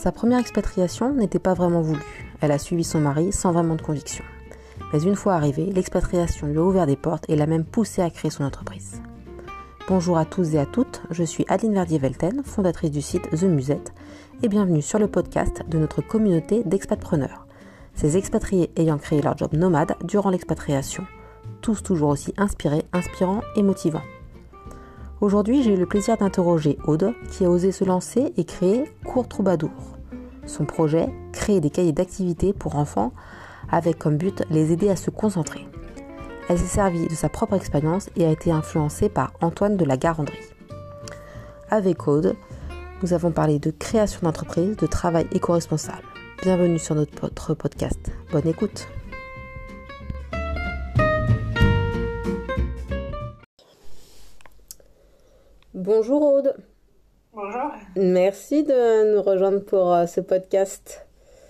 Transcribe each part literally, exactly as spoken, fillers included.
Sa première expatriation n'était pas vraiment voulue. Elle a suivi son mari sans vraiment de conviction. Mais une fois arrivée, l'expatriation lui a ouvert des portes et l'a même poussée à créer son entreprise. Bonjour à tous et à toutes, je suis Adeline Verdier-Velten, fondatrice du site The Musette, et bienvenue sur le podcast de notre communauté d'expatpreneurs. Ces expatriés ayant créé leur job nomade durant l'expatriation, tous toujours aussi inspirés, inspirants et motivants. Aujourd'hui, j'ai eu le plaisir d'interroger Aude, qui a osé se lancer et créer Cours Troubadour. Son projet, créer des cahiers d'activités pour enfants, avec comme but les aider à se concentrer. Elle s'est servie de sa propre expérience et a été influencée par Antoine de la Garandrie. Avec Aude, nous avons parlé de création d'entreprise, de travail éco-responsable. Bienvenue sur notre podcast. Bonne écoute. Bonjour Aude. Bonjour. Merci de nous rejoindre pour euh, ce podcast.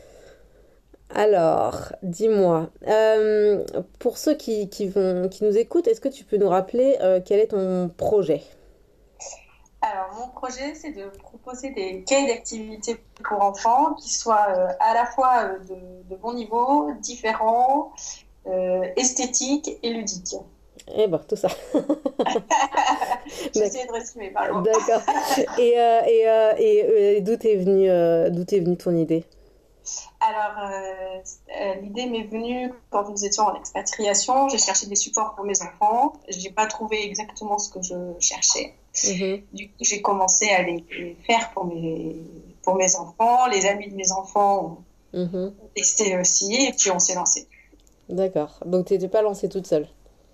Alors, dis-moi, euh, pour ceux qui, qui, vont, qui nous écoutent, est-ce que tu peux nous rappeler euh, quel est ton projet ? Alors, mon projet, c'est de proposer des cahiers d'activités pour enfants qui soient euh, à la fois euh, de, de bon niveau, différents, euh, esthétiques et ludiques. Eh ben, tout ça. J'ai essayé de résumer, pardon. D'accord. Et, euh, et, euh, et, et d'où t'es venue, euh, d'où t'es venue ton idée ? Alors, euh, l'idée m'est venue quand nous étions en expatriation. J'ai cherché des supports pour mes enfants. Je n'ai pas trouvé exactement ce que je cherchais. Mm-hmm. Du coup, j'ai commencé à les faire pour mes, pour mes enfants. Les amis de mes enfants ont mm-hmm. testé aussi. Et puis, on s'est lancé. D'accord. Donc, tu n'étais pas lancée toute seule ?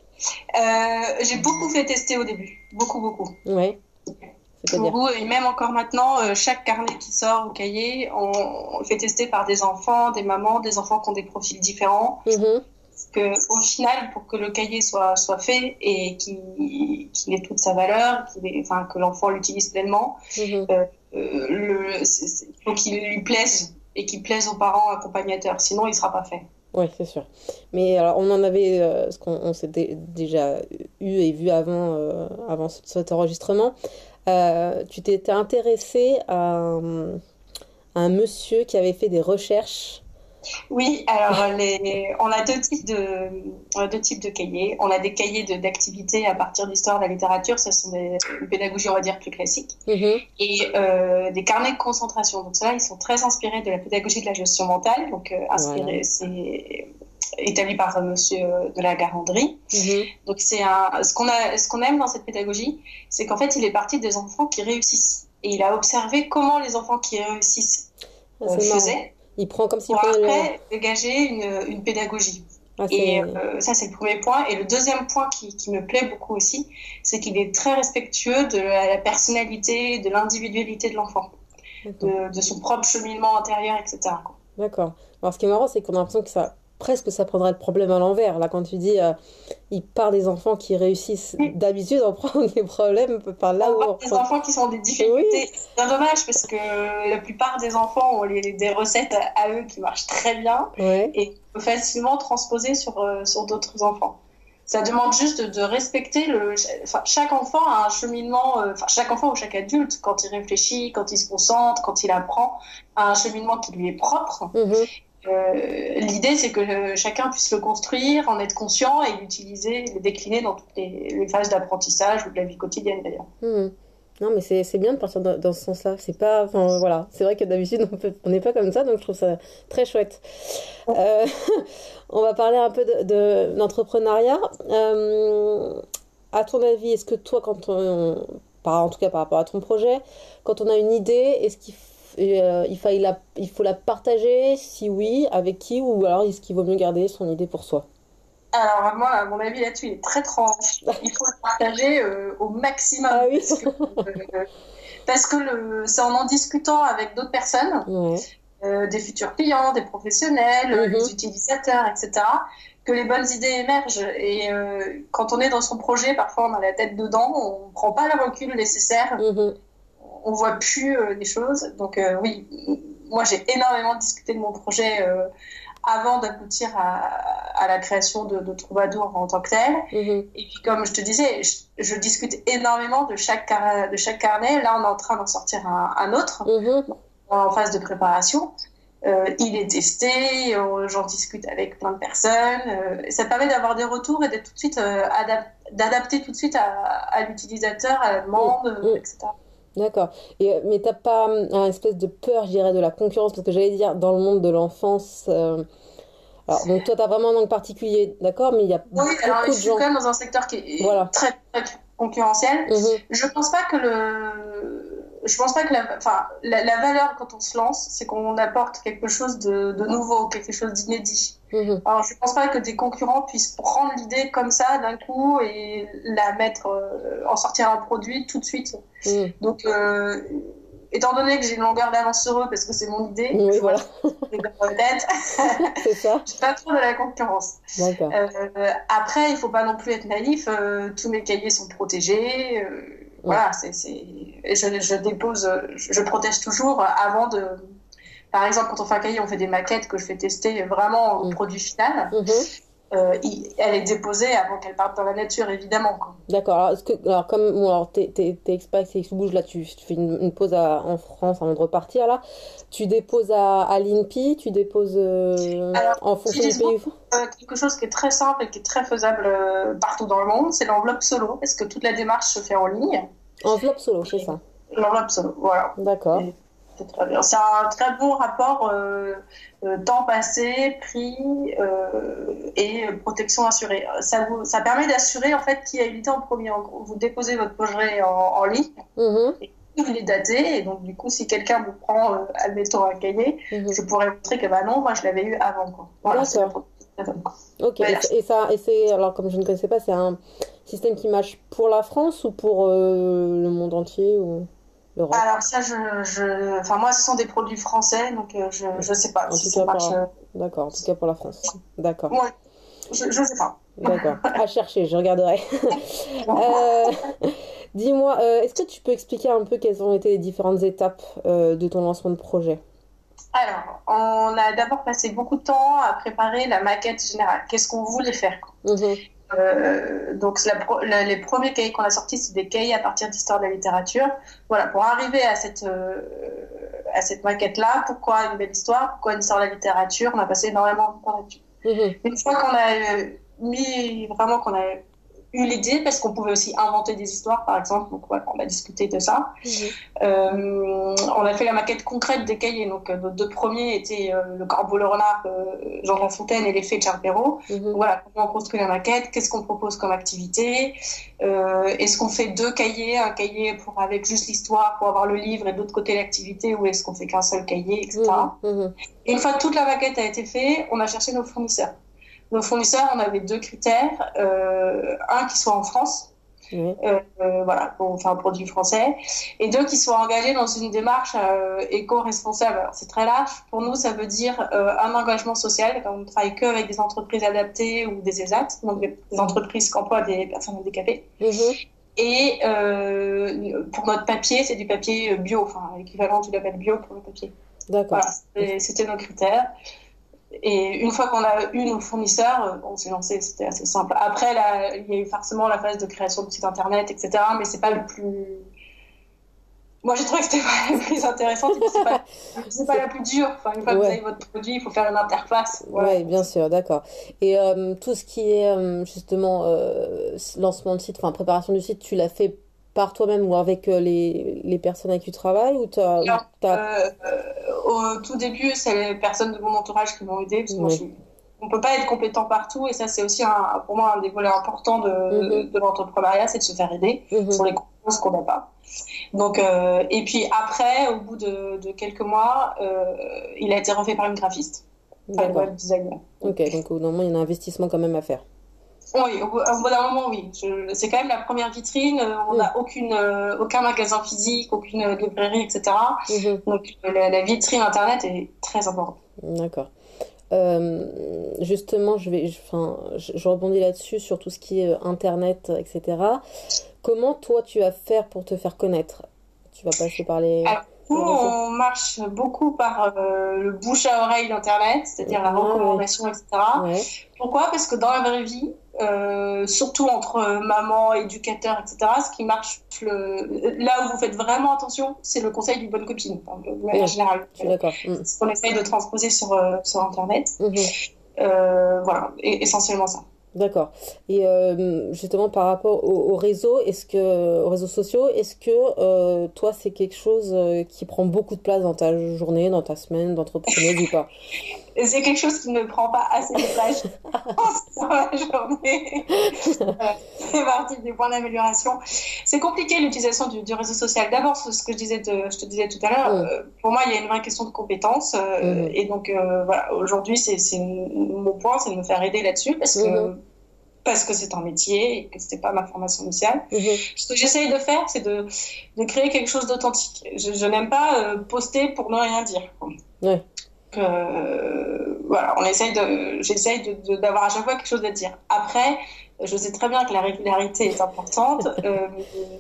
Euh, j'ai beaucoup fait tester au début, beaucoup, beaucoup. Ouais. Beaucoup, et même encore maintenant, euh, chaque carnet qui sort au cahier, on, on le fait tester par des enfants, des mamans, des enfants qui ont des profils différents. Mm-hmm. Parce que, au final, pour que le cahier soit, soit fait et qu'il, qu'il ait toute sa valeur, qu'il ait, enfin, que l'enfant l'utilise pleinement, mm-hmm. euh, euh, le, c'est, c'est, il faut qu'il lui plaise et qu'il plaise aux parents accompagnateurs, sinon il ne sera pas fait. Oui, c'est sûr. Mais alors, on en avait, euh, ce qu'on on s'était déjà eu et vu avant, euh, avant cet enregistrement. Euh, tu t'étais intéressée à un, à un monsieur qui avait fait des recherches. Oui, alors les, on a deux types de, on a deux types de cahiers. On a des cahiers de, d'activités à partir d'histoire de la littérature, ce sont des une pédagogie, on va dire, plus classique, mm-hmm. et euh, des carnets de concentration. Donc ça, ils sont très inspirés de la pédagogie de la gestion mentale, donc euh, inspirés, voilà. C'est établi par Monsieur de la Garandrie. Mm-hmm. Donc c'est un, ce qu'on a, ce qu'on aime dans cette pédagogie, c'est qu'en fait, il est parti des enfants qui réussissent et il a observé comment les enfants qui réussissent ah, euh, faisaient. Il prend comme s'il pour prenait après le... dégager une, une pédagogie. Ah, et euh, ça, c'est le premier point. Et le deuxième point qui, qui me plaît beaucoup aussi, c'est qu'il est très respectueux de la, la personnalité, de l'individualité de l'enfant, de, de son propre cheminement intérieur, et cetera. D'accord. Alors, ce qui est marrant, c'est qu'on a l'impression que ça, presque ça prendrait le problème à l'envers. Là, quand tu dis, euh, il part des enfants qui réussissent, oui. D'habitude, on prend des problèmes par là on où... On des prend... enfants qui sont des difficultés. Oui. C'est bien dommage parce que la plupart des enfants ont les, des recettes à, à eux qui marchent très bien, ouais. Et on peut facilement transposer sur, euh, sur d'autres enfants. Ça demande juste de, de respecter le... Enfin, chaque enfant a un cheminement... Euh, enfin, chaque enfant ou chaque adulte, quand il réfléchit, quand il se concentre, quand il apprend, a un cheminement qui lui est propre. Mm-hmm. Euh, l'idée, c'est que euh, chacun puisse le construire, en être conscient et l'utiliser, le décliner dans toutes les, les phases d'apprentissage ou de la vie quotidienne d'ailleurs. Mmh. Non, mais c'est, c'est bien de partir dans, dans ce sens-là. C'est pas, enfin voilà, c'est vrai que d'habitude on n'est pas comme ça, donc je trouve ça très chouette. Euh, on va parler un peu de, de d'entrepreneuriat. Euh, à ton avis, est-ce que toi, quand on, par, en tout cas par rapport à ton projet, quand on a une idée, est-ce qu'il Et euh, il, faut la, il faut la partager, si oui, avec qui, ou alors est-ce qu'il vaut mieux garder son idée pour soi ? Alors moi, à mon avis là-dessus, il est très tranché. Il faut le partager euh, au maximum. Ah oui. Parce que, euh, parce que le, c'est en en discutant avec d'autres personnes, ouais. euh, des futurs clients, des professionnels, mm-hmm. des utilisateurs, et cetera, que les bonnes idées émergent. Et euh, quand on est dans son projet, parfois on a la tête dedans, on ne prend pas le recul nécessaire. Mm-hmm. On voit plus euh, des choses. Donc euh, oui, moi j'ai énormément discuté de mon projet euh, avant d'aboutir à, à la création de, de Troubadour en tant que tel. Mm-hmm. Et puis comme je te disais, je, je discute énormément de chaque, car, de chaque carnet. Là, on est en train d'en sortir un, un autre. Mm-hmm. en phase de préparation. Euh, il est testé, euh, j'en discute avec plein de personnes. Euh, et ça permet d'avoir des retours et d'être tout de suite euh, adap- d'adapter tout de suite à, à l'utilisateur, à la demande, Mmh. euh, et cetera. D'accord. Et, euh, mais t'as pas euh, un espèce de peur, je dirais, de la concurrence, parce que j'allais dire, dans le monde de l'enfance, euh, alors, donc toi, t'as vraiment un angle particulier, d'accord, mais il y a Oui, alors beaucoup je de suis gens. quand même dans un secteur qui est Voilà. très, très concurrentiel. Mhm. Je pense pas que le, je pense pas que la, enfin, la, la valeur quand on se lance, c'est qu'on apporte quelque chose de, de nouveau, quelque chose d'inédit. Mhm. Alors je pense pas que des concurrents puissent prendre l'idée comme ça d'un coup et la mettre, euh, en sortir un produit tout de suite. Mhm. Donc, euh, étant donné que j'ai une longueur d'avance sur eux parce que c'est mon idée, Oui, je voilà. C'est ça. Je suis pas trop de la concurrence. D'accord. Euh, après, il faut pas non plus être naïf. Euh, tous mes cahiers sont protégés. Euh, Ouais. Voilà, c'est, c'est... Je, je dépose, je, je protège toujours avant de. Par exemple, quand on fait un cahier, on fait des maquettes que je fais tester vraiment au Mhm. produit final. Mhm. Euh, il, elle est déposée avant qu'elle parte dans la nature, évidemment, quoi. D'accord. Alors, est-ce que, alors comme bon, alors, t'es, t'es, t'es expat avec C X Bouge, là, tu, tu fais une, une pause à, en France avant de repartir, là. Tu déposes à, à l'I N P I, tu déposes euh, Alors, en fonction du j'utilise pays où beaucoup, euh, quelque chose qui est très simple et qui est très faisable euh, partout dans le monde, c'est l'enveloppe solo, parce que toute la démarche se fait en ligne. Enveloppe solo, c'est ça. L'enveloppe solo, voilà. D'accord. Et c'est très bien. C'est un très bon rapport euh, euh, temps passé, prix euh, et protection assurée. Ça, vous, ça permet d'assurer en fait qui a eu l'idée en premier. En gros, vous déposez votre projet en, en ligne. Mhm. Et il est daté, et donc du coup, si quelqu'un vous prend, euh, admettons, un cahier, Mhm. je pourrais montrer que bah non, moi je l'avais eu avant, quoi. Voilà, c'est la D'accord. protection, quoi. Ok. Voilà. Et, et ça, et c'est, alors comme je ne connaissais pas, c'est un système qui marche pour la France ou pour euh, le monde entier ou l'Europe? Alors ça, je, je, enfin moi, ce sont des produits français, donc euh, je, je sais pas En si tout ça cas marche. pour, euh, d'accord. En tout cas pour la France. D'accord. Moi, je, je sais pas. D'accord. À chercher, je regarderai. Euh, dis-moi, euh, est-ce que tu peux expliquer un peu quelles ont été les différentes étapes euh, de ton lancement de projet? Alors, on a d'abord passé beaucoup de temps à préparer la maquette générale. Qu'est-ce qu'on voulait faire, quoi. Mhm. Euh, donc la pro- la- les premiers cahiers qu'on a sortis, c'est des cahiers à partir d'histoire de la littérature. Voilà, pour arriver à cette euh, à cette maquette-là, pourquoi une belle histoire, pourquoi une histoire de la littérature, on a passé énormément de temps là-dessus. Mhm. Une fois qu'on a euh, mis vraiment qu'on a eu l'idée, parce qu'on pouvait aussi inventer des histoires, par exemple, donc voilà, on a discuté de ça. Mhm. Euh, on a fait la maquette concrète des cahiers. Donc, euh, nos deux premiers étaient euh, le Corbeau le renard, euh, Jean de La Fontaine, et les Fées de Charles Perrault. Mhm. Donc, voilà, comment on construit la maquette, qu'est-ce qu'on propose comme activité, euh, est-ce qu'on fait deux cahiers, un cahier pour avec juste l'histoire pour avoir le livre et de l'autre côté l'activité, ou est-ce qu'on fait qu'un seul cahier, et cetera. Mhm. Mhm. Et une fois que toute la maquette a été faite, on a cherché nos fournisseurs. Nos fournisseurs, on avait deux critères, euh, un qui soit en France. Oui. Euh, euh, voilà, pour faire un produit français, et deux qui soient engagés dans une démarche euh, éco-responsable. Alors c'est très large. Pour nous, ça veut dire euh, un engagement social. On ne travaille que avec des entreprises adaptées ou des E S A T, donc des entreprises qui emploient des personnes handicapées. Mhm. Et euh, pour notre papier, c'est du papier bio, enfin l'équivalent du label bio pour le papier. D'accord. Voilà, c'était, c'était nos critères. Et une fois qu'on a eu nos fournisseurs, on s'est lancé, c'était assez simple. Après, là, il y a eu forcément la phase de création de site internet, et cetera. Mais c'est pas le plus. Moi, j'ai trouvé que c'était pas la plus intéressante, et puis c'est pas, c'est pas la plus dure. Enfin, une fois que Ouais. vous avez votre produit, il faut faire une interface. Voilà. Oui, bien sûr, d'accord. Et euh, tout ce qui est euh, justement euh, lancement de site, enfin préparation du site, tu l'as fait par toi-même ou avec euh, les, les personnes avec qui tu travailles ou t'as, ou Alors, t'as... euh, euh, au tout début, c'est les personnes de mon entourage qui m'ont aidé, parce que moi, Oui. je suis- on peut pas être compétent partout, et ça, c'est aussi un, pour moi un des volets importants de, Mhm. de l'entrepreneuriat, c'est de se faire aider Mhm. sur les compétences qu'on n'a pas. Donc, euh, et puis après, au bout de, de quelques mois, euh, il a été refait par une graphiste, enfin une D'accord. web designer. Ok, donc au moment il y a un investissement quand même à faire. Oui, au bout, au bout d'un moment, oui. Je- c'est quand même la première vitrine. euh, On Mm. n'a aucune, euh, aucun magasin physique, aucune euh, librairie, et cetera. Mhm. Donc, euh, la, la vitrine Internet est très importante. D'accord. Euh, justement, je vais, je, enfin, je, je rebondis là-dessus sur tout ce qui est euh, Internet, et cetera. Comment toi tu vas faire pour te faire connaître? Tu vas passer par les, Alors, nous, les réseaux? on marche beaucoup par euh, le bouche à oreille d'Internet, c'est-à-dire la Ah, oui. recommandation, et cetera. Ouais. Pourquoi? Parce que dans la vraie vie, euh, surtout entre maman, éducateur, et cetera. Ce qui marche, le... là où vous faites vraiment attention, c'est le conseil d'une bonne copine, enfin, de manière Oui, générale. je suis d'accord. Mmh. Ce qu'on essaye de transposer sur, euh, sur Internet. Mmh. Euh, voilà, et, essentiellement ça. D'accord. Et euh, justement par rapport aux au réseaux, est-ce que aux réseaux sociaux, est-ce que euh, toi c'est quelque chose euh, qui prend beaucoup de place dans ta journée, dans ta semaine d'entrepreneuse ou pas? C'est quelque chose qui ne prend pas assez de place dans la journée. Euh, c'est partie des points d'amélioration. C'est compliqué l'utilisation du, du réseau social. D'abord, ce que je disais, de, je te disais tout à l'heure, mmh. euh, pour moi il y a une vraie question de compétence. Euh, mmh. Et donc euh, voilà, aujourd'hui c'est, c'est mon point, c'est de me faire aider là-dessus parce que mmh. parce que c'est un métier et que c'était pas ma formation initiale. Mmh. Ce que j'essaye de faire, c'est de, de créer quelque chose d'authentique. Je, je n'aime pas euh, poster pour ne rien dire. Ouais. Euh, voilà, on essaye de, j'essaye de, de, d'avoir à chaque fois quelque chose à dire. Après, je sais très bien que la régularité est importante. Euh,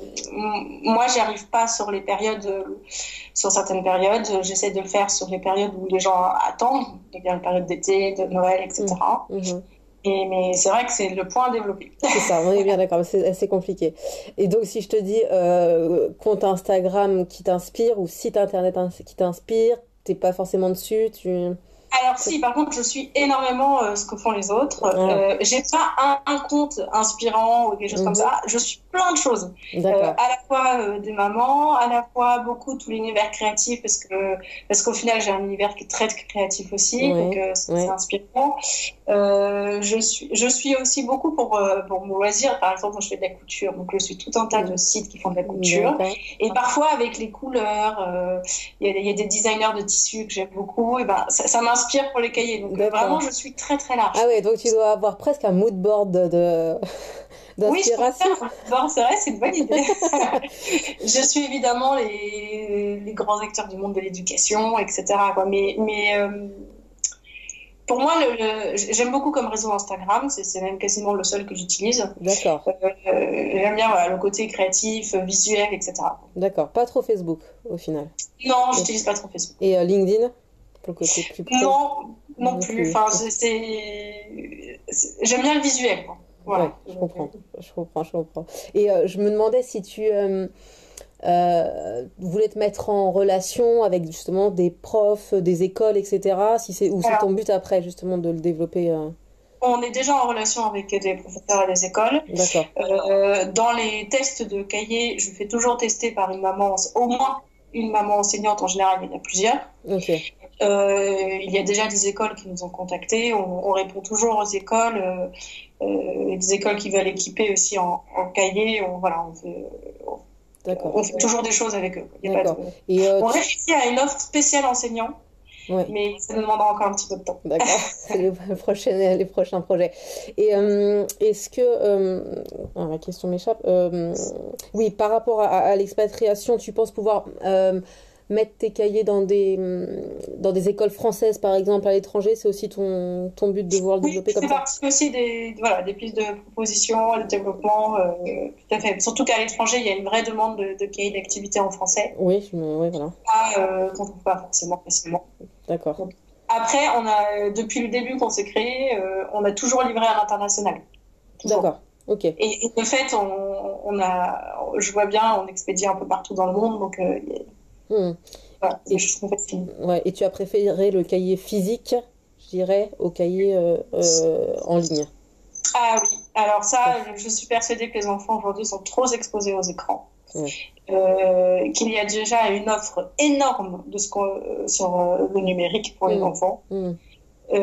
moi, j'y arrive pas sur les périodes, sur certaines périodes. J'essaie de le faire sur les périodes où les gens attendent, c'est-à-dire les périodes d'été, de Noël, et cetera. Mmh. Mmh. Et, mais c'est vrai que c'est le point à développer. C'est ça, on est bien d'accord, c'est assez compliqué. Et donc, si je te dis euh, compte Instagram qui t'inspire ou site internet qui t'inspire, t'es pas forcément dessus, tu... Alors si, par contre, je suis énormément euh, ce que font les autres. Ah. Euh, j'ai pas un, un compte inspirant ou quelque chose mmh. comme ça. Je suis plein de choses. Euh, à la fois euh, des mamans, à la fois beaucoup tout l'univers créatif parce que parce qu'au final j'ai un univers qui est très créatif aussi, oui. donc euh, c'est, oui. c'est inspirant. Euh, je suis je suis aussi beaucoup pour euh, pour mon loisir. Par exemple, quand je fais de la couture, donc je suis tout un tas de sites qui font de la couture. D'accord. Et parfois avec les couleurs, il y, y a des designers de tissus que j'aime beaucoup. Et ben ça, ça m'inspire pour les cahiers. Donc D'accord. vraiment, je suis très très large. Ah ouais, donc tu dois avoir presque un mood board de, de... d'inspiration. Oui, je bon, c'est vrai, c'est une bonne idée. Je suis évidemment les, les grands acteurs du monde de l'éducation, et cetera. Quoi. Mais, mais euh, pour moi, le, le, j'aime beaucoup comme réseau Instagram. C'est, c'est même quasiment le seul que j'utilise. D'accord. Euh, j'aime bien voilà, le côté créatif, visuel, et cetera. D'accord. Pas trop Facebook, au final. Non, je n'utilise pas trop Facebook. Et euh, LinkedIn? Le côté plus pro. Non, non, non plus. plus. Enfin, c'est, c'est... c'est... J'aime bien le visuel. Quoi. Voilà. Ouais, je comprends. Je comprends, je comprends. Et euh, je me demandais si tu euh, euh, voulais te mettre en relation avec justement des profs, des écoles, et cetera. Si c'est, ou Alors, c'est ton but après justement de le développer euh... On est déjà en relation avec des professeurs et des écoles. D'accord. Euh, dans les tests de cahiers, je fais toujours tester par une maman, au moins une maman enseignante. En général, il y en a plusieurs. Ok. Euh, il y a déjà des écoles qui nous ont contactés. On, on répond toujours aux écoles, euh, euh, des écoles qui veulent équiper aussi en, en cahier. On, voilà, on fait, on, D'accord. on fait toujours des choses avec eux. Il y a D'accord. Pas de... Et euh, on tu... réfléchit à une offre spéciale enseignant. Ouais. Mais ça nous demandera encore un petit peu de temps. D'accord, c'est les prochains, les prochains projets. Et euh, est-ce que... Euh, ah, ma question m'échappe. Euh, oui, par rapport à, à l'expatriation, tu penses pouvoir euh, mettre tes cahiers dans des, dans des écoles françaises, par exemple, à l'étranger? C'est aussi ton, ton but de vouloir le oui, développer comme ça? Oui, c'est partie aussi des, voilà, des pistes de proposition, de développement. Euh, tout à fait. Surtout qu'à l'étranger, il y a une vraie demande de, de cahiers d'activité en français. Oui, je me, oui voilà. Ah, euh, qu'on ne trouve pas forcément facilement. D'accord. Donc, après, on a, depuis le début qu'on s'est créé, euh, on a toujours livré à l'international. Toujours. D'accord, ok. Et, et de fait, on, on a, je vois bien, on expédie un peu partout dans le monde, donc euh, mmh. voilà, c'est des choses qu'on fait. Ouais, et tu as préféré le cahier physique, je dirais, au cahier euh, euh, en ligne? Ah oui, alors ça, ouais. Je suis persuadée que les enfants aujourd'hui sont trop exposés aux écrans. Ouais. Euh, qu'il y a déjà une offre énorme de ce qu'on, euh, sur euh, le numérique pour mmh. les enfants. Mmh. Euh,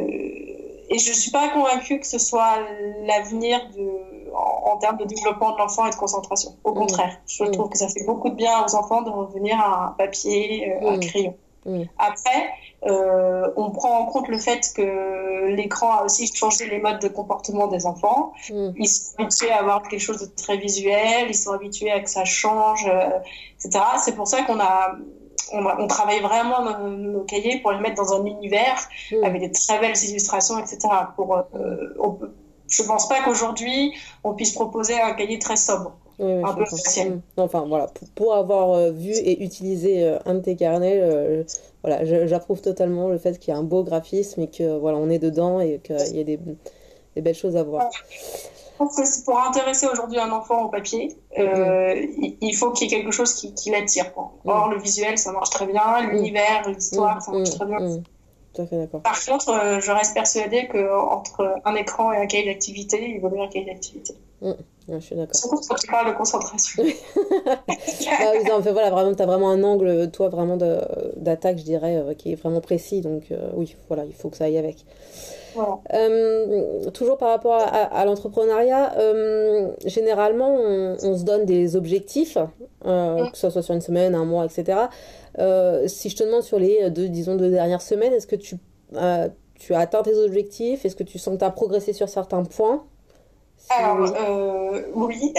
et je ne suis pas convaincue que ce soit l'avenir de, en, en termes de développement de l'enfant et de concentration. Au mmh. contraire, je mmh. trouve que ça fait beaucoup de bien aux enfants de revenir à un papier, euh, mmh. à un crayon. Mmh. Après, euh, on prend en compte le fait que l'écran a aussi changé les modes de comportement des enfants. Mmh. Ils sont habitués à avoir quelque chose de très visuel, ils sont habitués à que ça change, euh, et cetera. C'est pour ça qu'on a, on, a, on travaille vraiment nos, nos cahiers pour les mettre dans un univers mmh. avec des très belles illustrations, et cetera. Pour, euh, on peut, je ne pense pas qu'aujourd'hui on puisse proposer un cahier très sobre. Oui, oui, un peu facile. Enfin voilà, pour, pour avoir euh, vu et utilisé euh, un de tes carnets, euh, voilà, je, j'approuve totalement le fait qu'il y a un beau graphisme et que voilà, on est dedans et qu'il y a des, des belles choses à voir. Je pense que c'est pour intéresser aujourd'hui un enfant au papier, euh, mmh. il faut qu'il y ait quelque chose qui, qui l'attire. Quoi. Or, mmh. le visuel, ça marche très bien, l'univers, l'histoire, mmh. ça marche très bien. Mmh. Tout à fait d'accord. Par contre, euh, je reste persuadée qu'entre un écran et un cahier d'activité, il vaut mieux un cahier d'activité. Mmh. Ouais, je suis d'accord. Surtout quand tu parles de concentration. bah, oui, en fait, voilà, vraiment, tu as vraiment un angle, toi, vraiment de, d'attaque, je dirais, euh, qui est vraiment précis. Donc, euh, oui, voilà, il faut que ça aille avec. Voilà. Euh, toujours par rapport à, à, à l'entrepreneuriat, euh, généralement, on, on se donne des objectifs, euh, mmh. que ce soit sur une semaine, un mois, et cetera. Euh, si je te demande sur les deux, disons, deux dernières semaines, est-ce que tu, euh, tu as atteint tes objectifs? Est-ce que tu sens que tu as progressé sur certains points? Alors, euh, oui.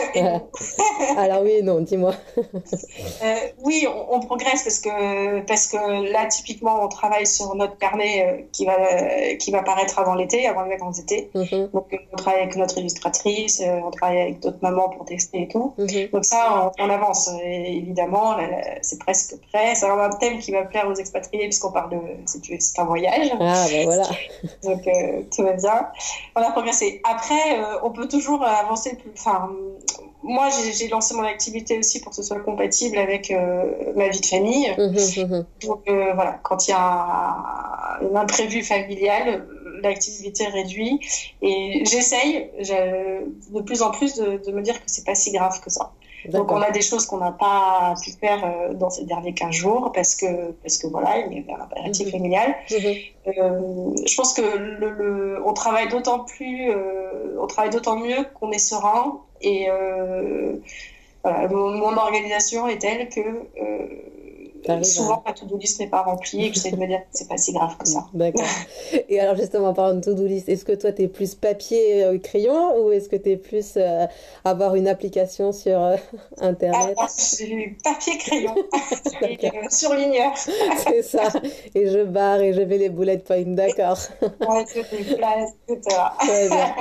Alors oui et non, dis-moi. euh, oui, on, on progresse parce que, parce que là, typiquement, on travaille sur notre carnet euh, qui, va, euh, qui va paraître avant l'été, avant les vacances d'été. Mm-hmm. Donc, on travaille avec notre illustratrice, euh, on travaille avec d'autres mamans pour tester et tout. Mm-hmm. Donc ça, on, on avance. Et évidemment, là, là, c'est presque prêt. C'est un thème qui va plaire aux expatriés puisqu'on parle de... C'est, c'est un voyage. Ah, ben voilà. Donc, euh, tout va bien. On a progressé. Après... Euh, on peut toujours avancer plus. Enfin, moi, j'ai, j'ai lancé mon activité aussi pour que ce soit compatible avec euh, ma vie de famille. Mmh, mmh. Donc euh, voilà, quand il y a un, un imprévu familial, l'activité réduit. Et j'essaye je, de plus en plus de, de me dire que c'est pas si grave que ça. D'accord. Donc on a des choses qu'on n'a pas pu faire euh, dans ces derniers quinze jours parce que parce que voilà, il y avait un impératif mmh. familial. Mmh. Euh, je pense que le, le on travaille d'autant plus euh, on travaille d'autant mieux qu'on est serein et euh, voilà, mon, mon organisation est telle que euh, souvent ma to-do list n'est pas remplie et que j'essaie de me dire que c'est pas si grave que ça. D'accord. Et alors justement, en parlant de to-do list, est-ce que toi t'es plus papier euh, crayon ou est-ce que t'es plus euh, avoir une application sur euh, internet? Alors, j'ai papier crayon et euh, surligneur. C'est ça. Et je barre et je mets les bullet points, d'accord. Ouais, je fais place, et cetera. Très bien.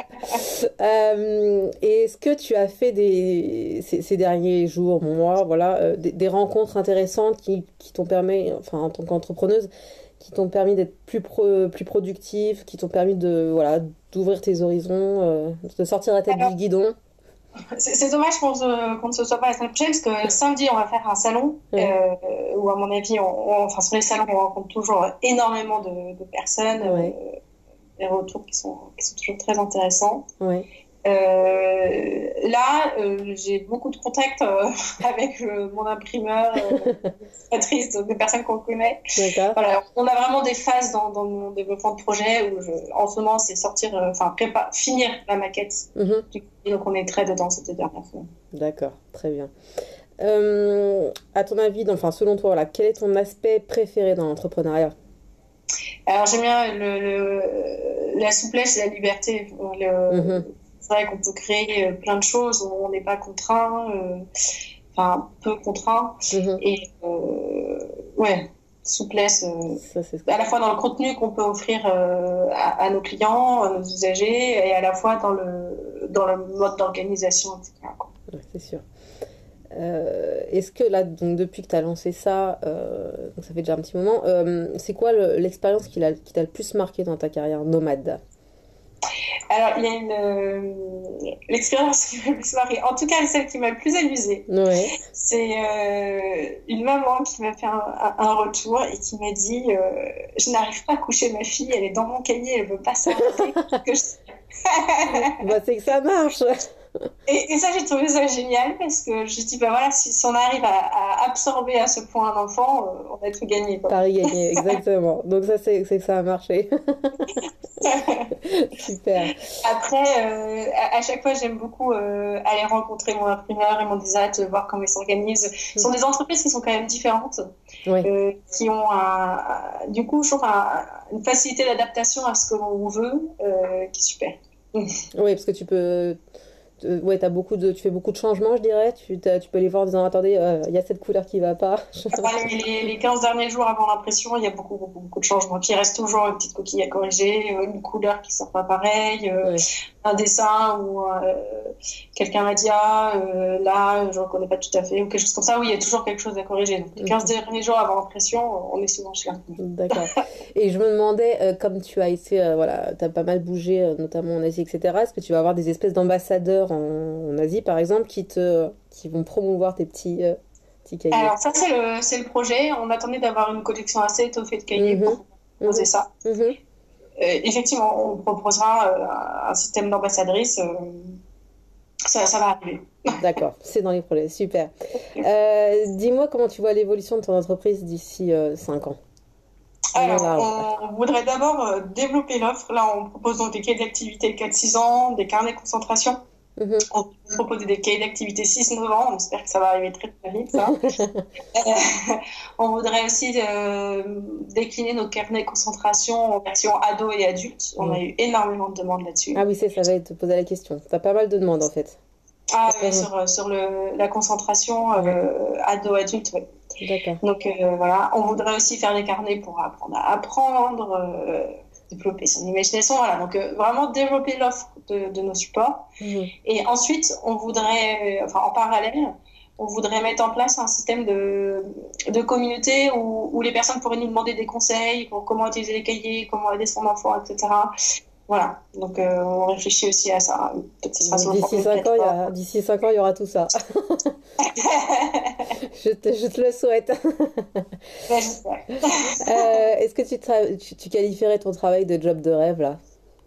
Euh, et est-ce que tu as fait des ces, ces derniers jours, mois, voilà, euh, des, des rencontres intéressantes qui qui t'ont permis, enfin en tant qu'entrepreneuse, qui t'ont permis d'être plus pro, plus productive, qui t'ont permis de voilà d'ouvrir tes horizons, euh, de sortir la tête Alors, du guidon. C'est, c'est dommage qu'on, se, qu'on ne se soit pas la semaine prochaine parce que samedi on va faire un salon mmh. euh, où à mon avis, on, on, enfin sur les salons on rencontre toujours énormément de, de personnes, ouais. euh, des retours qui sont qui sont toujours très intéressants. Ouais. Euh, là, euh, j'ai beaucoup de contacts euh, avec euh, mon imprimeur, illustratrice, euh, des personnes qu'on connaît. Voilà, on a vraiment des phases dans, dans mon développement de projet où, je, en ce moment, c'est sortir, enfin, euh, prépa- finir la maquette. Mm-hmm. Du coup, donc, on est très dedans cette dernière fois. D'accord, très bien. Euh, à ton avis, enfin, selon toi, voilà, quel est ton aspect préféré dans l'entrepreneuriat? Alors, j'aime bien le, le, la souplesse et la liberté. Le, mm-hmm. C'est vrai qu'on peut créer plein de choses, on n'est pas contraint, euh, enfin peu contraint, mmh. et euh, ouais, souplesse, euh, Ça, c'est à la fois dans le contenu qu'on peut offrir euh, à, à nos clients, à nos usagers, et à la fois dans le, dans le mode d'organisation, et cetera. Ouais, c'est sûr. Euh, est-ce que là, donc, depuis que tu as lancé ça, euh, donc ça fait déjà un petit moment, euh, c'est quoi le, l'expérience qui, l'a, qui t'a le plus marqué dans ta carrière nomade? Alors, il y a une euh, l'expérience qui m'a le plus marquée, en tout cas celle qui m'a le plus amusée. Ouais. C'est euh, une maman qui m'a fait un, un, un retour et qui m'a dit euh, je n'arrive pas à coucher ma fille, elle est dans mon cahier, elle veut pas s'arrêter. que je... bah, c'est que ça marche. Et, et ça, j'ai trouvé ça génial parce que je dis, bah voilà, si, si on arrive à, à absorber à ce point un enfant, euh, on a tout gagné. Quoi. Paris gagné, exactement. Donc ça, c'est, c'est que ça a marché. Super. Après, euh, à, à chaque fois, j'aime beaucoup euh, aller rencontrer mon imprimeur et mon designer, voir comment ils s'organisent. Ce sont des entreprises qui sont quand même différentes, oui. euh, qui ont un, un, du coup, je trouve un, une facilité d'adaptation à ce que l'on veut, euh, qui est super. Oui, parce que tu peux... euh, ouais, t'as beaucoup de, tu fais beaucoup de changements, je dirais. Tu, tu peux les voir en disant, attendez, il euh, y a cette couleur qui va pas. les, les, les quinze derniers jours avant l'impression, il y a beaucoup, beaucoup, beaucoup de changements. Puis il reste toujours une petite coquille à corriger, une couleur qui sort pas pareil, euh, ouais. un dessin où euh, quelqu'un m'a dit, ah, euh, là, je reconnais pas tout à fait, ou quelque chose comme ça. Oui, il y a toujours quelque chose à corriger. Donc les quinze okay. derniers jours avant l'impression, on est souvent chez un. D'accord. Et je me demandais, euh, comme tu as été, euh, voilà, t'as pas mal bougé, euh, notamment en Asie, et cetera. Est-ce que tu vas avoir des espèces d'ambassadeurs en, en Asie, par exemple, qui te, qui vont promouvoir tes petits, euh, petits cahiers? Alors ça, c'est le, c'est le projet. On attendait d'avoir une collection assez étoffée de cahiers mm-hmm. pour proposer mm-hmm. ça. Mm-hmm. Euh, effectivement, on proposera euh, un système d'ambassadrices. Euh, ça, ça va arriver. D'accord, c'est dans les projets, super. Euh, dis-moi comment tu vois l'évolution de ton entreprise d'ici euh, cinq ans. Alors, on voudrait d'abord euh, développer l'offre. Là, on propose donc des cahiers d'activité quatre six ans, des carnets de concentration. Mm-hmm. On propose des cahiers d'activité six neuf ans. On espère que ça va arriver très très vite, ça. euh, on voudrait aussi euh, décliner nos carnets de concentration en version ado et adulte. On mm. a eu énormément de demandes là-dessus. Ah oui, c'est ça, j'allais te poser la question. Tu as pas mal de demandes, en fait. Ah oui, sur, sur le, la concentration euh, ado-adulte, oui. D'accord. Donc euh, voilà, on voudrait aussi faire des carnets pour apprendre à apprendre, euh, développer son imagination, voilà. Donc euh, vraiment développer l'offre de, de nos supports. Mmh. Et ensuite, on voudrait, euh, enfin en parallèle, on voudrait mettre en place un système de, de communauté où, où les personnes pourraient nous demander des conseils pour comment utiliser les cahiers, comment aider son enfant, et cetera. Voilà, donc euh, on réfléchit aussi à ça. D'ici cinq ans, il y a... D'ici cinq ans, il y aura tout ça. je, te, je te le souhaite. Ouais, euh, est-ce que tu, tra- tu, tu qualifierais ton travail de job de rêve, là?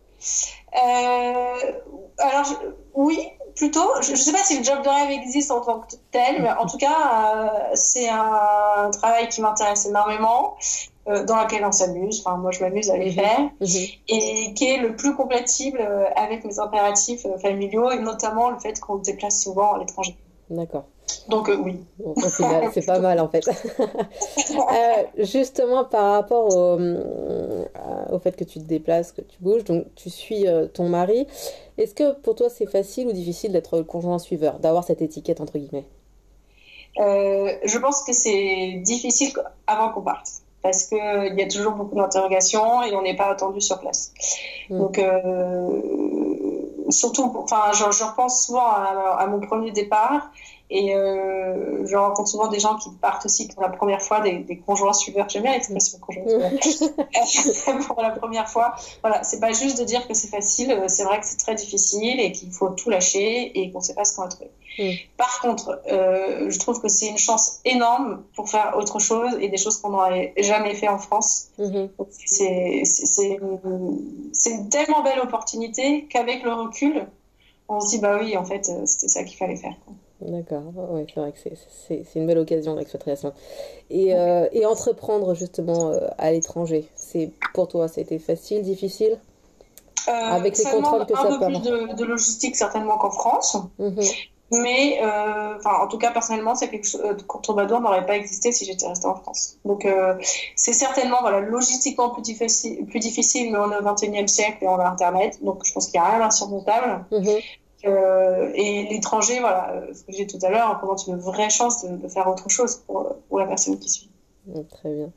euh, Alors, je... oui, plutôt. Je ne sais pas si le job de rêve existe en tant que tel, mais en tout cas, euh, c'est un travail qui m'intéresse énormément. Euh, dans laquelle on s'amuse, enfin moi je m'amuse à les faire, mmh. et qui est le plus compatible euh, avec mes impératifs euh, familiaux, et notamment le fait qu'on se déplace souvent à l'étranger. D'accord. Donc euh, oui. Bon, au final, c'est pas mal en fait. euh, justement par rapport au, euh, au fait que tu te déplaces, que tu bouges, donc tu suis euh, ton mari, est-ce que pour toi c'est facile ou difficile d'être le conjoint suiveur, d'avoir cette étiquette entre guillemets? euh, Je pense que c'est difficile avant qu'on parte. Parce qu'il euh, y a toujours beaucoup d'interrogations et on n'est pas attendu sur place. Mmh. Donc, euh, surtout, enfin, je, je repense souvent à, à mon premier départ et euh, je rencontre souvent des gens qui partent aussi pour la première fois, des, des conjoints suiveurs. J'aime bien l'expression conjoint suiveur. Pour la première fois. Voilà, c'est pas juste de dire que c'est facile, c'est vrai que c'est très difficile et qu'il faut tout lâcher et qu'on ne sait pas ce qu'on va trouver. Mmh. Par contre, euh, je trouve que c'est une chance énorme pour faire autre chose et des choses qu'on n'aurait jamais fait en France. Mmh. Donc c'est, c'est, c'est, une, c'est une tellement belle opportunité qu'avec le recul, on se dit bah oui, en fait, c'était ça qu'il fallait faire, quoi. D'accord, oui, c'est vrai que c'est, c'est, c'est une belle occasion, l'expatriation. Et, euh, et entreprendre justement euh, à l'étranger, c'est, pour toi, c'était facile, difficile euh, avec les contraintes que ça peut avoir? Un peu plus de, de logistique certainement qu'en France. Mmh. Mais, euh, enfin, en tout cas, personnellement, c'est quelque chose, euh, Courtourbadour n'aurait pas existé si j'étais restée en France. Donc, euh, c'est certainement, voilà, logistiquement plus difficile, plus difficile, mais on est au vingt et unième siècle et on a Internet. Donc, je pense qu'il n'y a rien d'insurmontable. Mm-hmm. Euh, et l'étranger, voilà, ce que j'ai dit tout à l'heure, représente une vraie chance de, de faire autre chose pour, pour la personne qui suit. Très bien.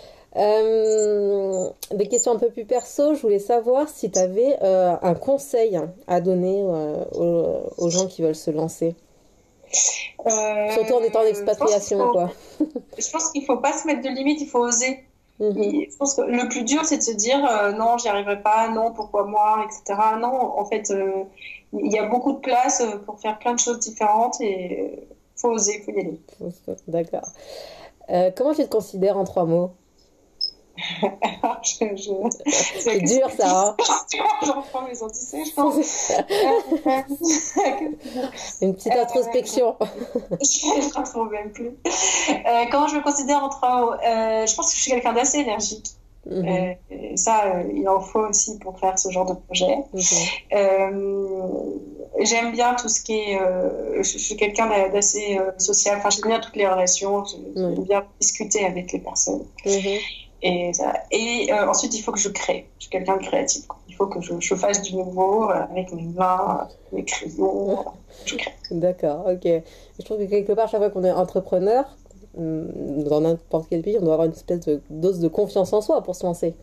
Euh, des questions un peu plus perso, je voulais savoir si tu avais euh, un conseil à donner euh, aux, aux gens qui veulent se lancer. Euh, Surtout en étant en expatriation, je quoi. Je pense qu'il ne faut pas se mettre de limites, il faut oser. Mm-hmm. Je pense que le plus dur, c'est de se dire euh, non, j'y arriverai pas, non, pourquoi moi, et cetera. Non, en fait, euh, il y a beaucoup de place pour faire plein de choses différentes et il faut oser, il faut y aller. D'accord. Euh, comment tu te considères en trois mots? je, je... C'est, c'est dur ça, hein. Je reprends mes anticipés, je pense. Une petite introspection. Je ne retrouve même plus. Euh, comment je me considère en trois mots? euh, Je pense que je suis quelqu'un d'assez énergique. Mmh. Euh, et ça, euh, il en faut aussi pour faire ce genre de projet. Mmh. Euh, j'aime bien tout ce qui est... Euh, je, je suis quelqu'un d'assez euh, social. Enfin, j'aime bien toutes les relations. J'aime mmh. bien discuter avec les personnes. Mmh. Et, et euh, ensuite, il faut que je crée. Je suis quelqu'un de créatif. Quoi. Il faut que je, je fasse du nouveau euh, avec mes mains, mes crayons. Je crée. D'accord, ok. Je trouve que quelque part, chaque fois qu'on est entrepreneur, dans n'importe quel pays, on doit avoir une espèce de dose de confiance en soi pour se lancer.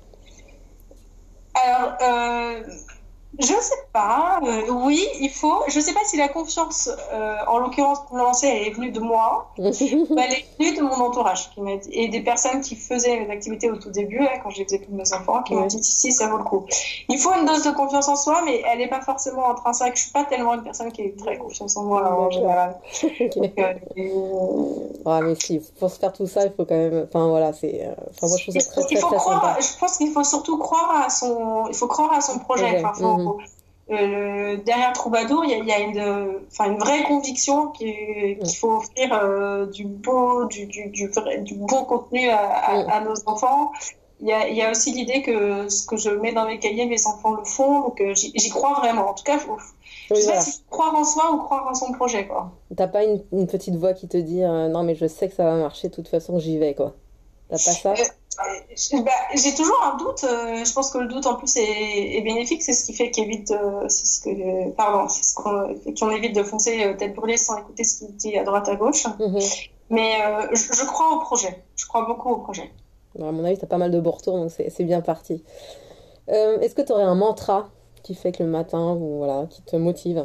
Alors, euh, je sais pas. Euh, oui, il faut. Je sais pas si la confiance, euh, en l'occurrence pour me lancer, elle est venue de moi. Elle est venue de mon entourage qui m'a dit, et des personnes qui faisaient mes activités au tout début, là, quand je les faisais pour mes enfants, qui oui. m'ont dit si ça vaut le coup. Il faut une dose de confiance en soi, mais elle n'est pas forcément intrinsèque. Je suis pas tellement une personne qui a très confiance en moi en général. Okay. Donc, euh, et... ouais, mais si pour se faire tout ça, il faut quand même. Enfin voilà, c'est. Enfin moi je trouve ça très très, il faut très croire. sympa. Je pense qu'il faut surtout croire à son. Il faut croire à son projet. projet. Enfin, faut, mm-hmm. Euh, derrière Troubadour, il y a, il y a une, enfin, une vraie conviction qu'il qu'il faut offrir euh, du beau, du, du, du, vrai, du bon contenu à, à, à nos enfants. Il y a, il y a aussi l'idée que ce que je mets dans mes cahiers, mes enfants le font, donc euh, j'y, j'y crois vraiment. En tout cas, faut, je oui, sais voilà. pas si croire en soi ou croire en son projet, quoi. T'as pas une, une petite voix qui te dit euh, non mais je sais que ça va marcher, de toute façon j'y vais, quoi. T'as pas ça? Euh, Bah, j'ai toujours un doute. Euh, je pense que le doute en plus est, est bénéfique. C'est ce qui fait qu'évite, euh, c'est ce que, pardon, c'est ce qu'on, qu'on évite de foncer euh, tête brûlée sans écouter ce qui dit à droite à gauche. Mm-hmm. Mais euh, je, je crois au projet. Je crois beaucoup au projet. À mon avis, t'as pas mal de beaux retours, donc c'est, c'est bien parti. Euh, est-ce que tu aurais un mantra qui fait que le matin, ou voilà, qui te motive?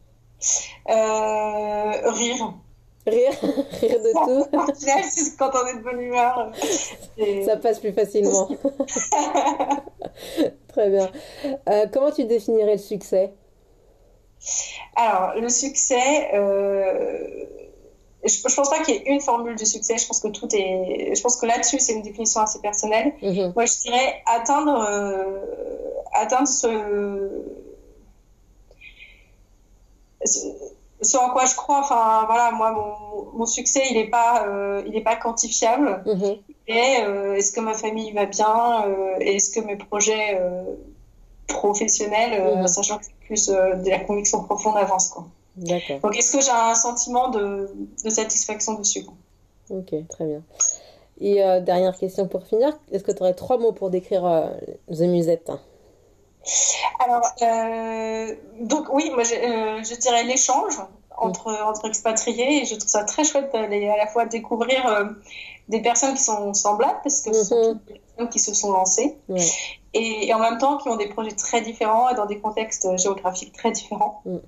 euh, Rire. Rire, rire de tout. C'est quand on est de bonne humeur. Et... ça passe plus facilement. Très bien. Euh, comment tu définirais le succès? Alors, le succès, euh, je, je pense pas qu'il y ait une formule de succès. Je pense que tout est. Je pense que là-dessus, c'est une définition assez personnelle. Mm-hmm. Moi, je dirais atteindre, euh, atteindre ce. ce ce en quoi je crois, enfin voilà, moi mon, mon succès il est pas euh, il est pas quantifiable. Mm-hmm. Et euh, est-ce que ma famille va bien, euh, et est-ce que mes projets euh, professionnels, euh, mm-hmm. sachant que c'est plus euh, de la conviction profonde avancent, quoi. D'accord. Donc est-ce que j'ai un sentiment de, de satisfaction dessus, quoi. Ok, très bien. Et euh, dernière question pour finir, est-ce que tu aurais trois mots pour décrire euh, The Musette? Alors, euh, donc oui, moi je, euh, je dirais l'échange entre, mmh. entre expatriés, et je trouve ça très chouette d'aller à la fois découvrir euh, des personnes qui sont semblables, parce que mmh. ce sont toutes des personnes qui se sont lancées, mmh. et, et en même temps qui ont des projets très différents et dans des contextes géographiques très différents. Mmh.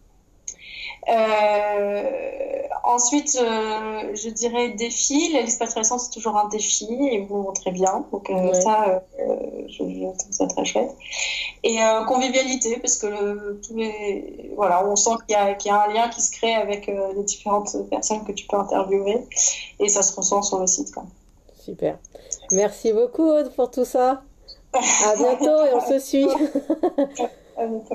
Euh, ensuite, euh, je dirais défi. L'expatriation, c'est toujours un défi, et vous le montrez bien. Donc, euh, ouais. ça, euh, je, je trouve ça très chouette. Et euh, convivialité, parce que le, tous les, voilà, on sent qu'il y a, qu'il y a un lien qui se crée avec euh, les différentes personnes que tu peux interviewer, et ça se ressent sur le site, quoi. Super. Merci beaucoup, Aude, pour tout ça. À bientôt, et on se suit. À bientôt.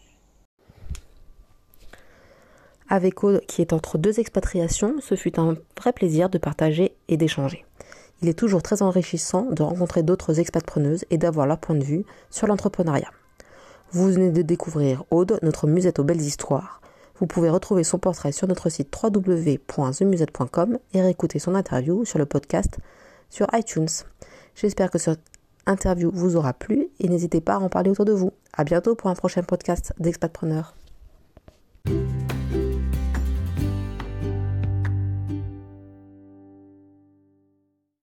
Avec Aude, qui est entre deux expatriations, ce fut un vrai plaisir de partager et d'échanger. Il est toujours très enrichissant de rencontrer d'autres expatpreneuses et d'avoir leur point de vue sur l'entrepreneuriat. Vous venez de découvrir Aude, notre musette aux belles histoires. Vous pouvez retrouver son portrait sur notre site w w w point the musette point com et réécouter son interview sur le podcast sur iTunes. J'espère que cette interview vous aura plu et n'hésitez pas à en parler autour de vous. À bientôt pour un prochain podcast d'Expatpreneur.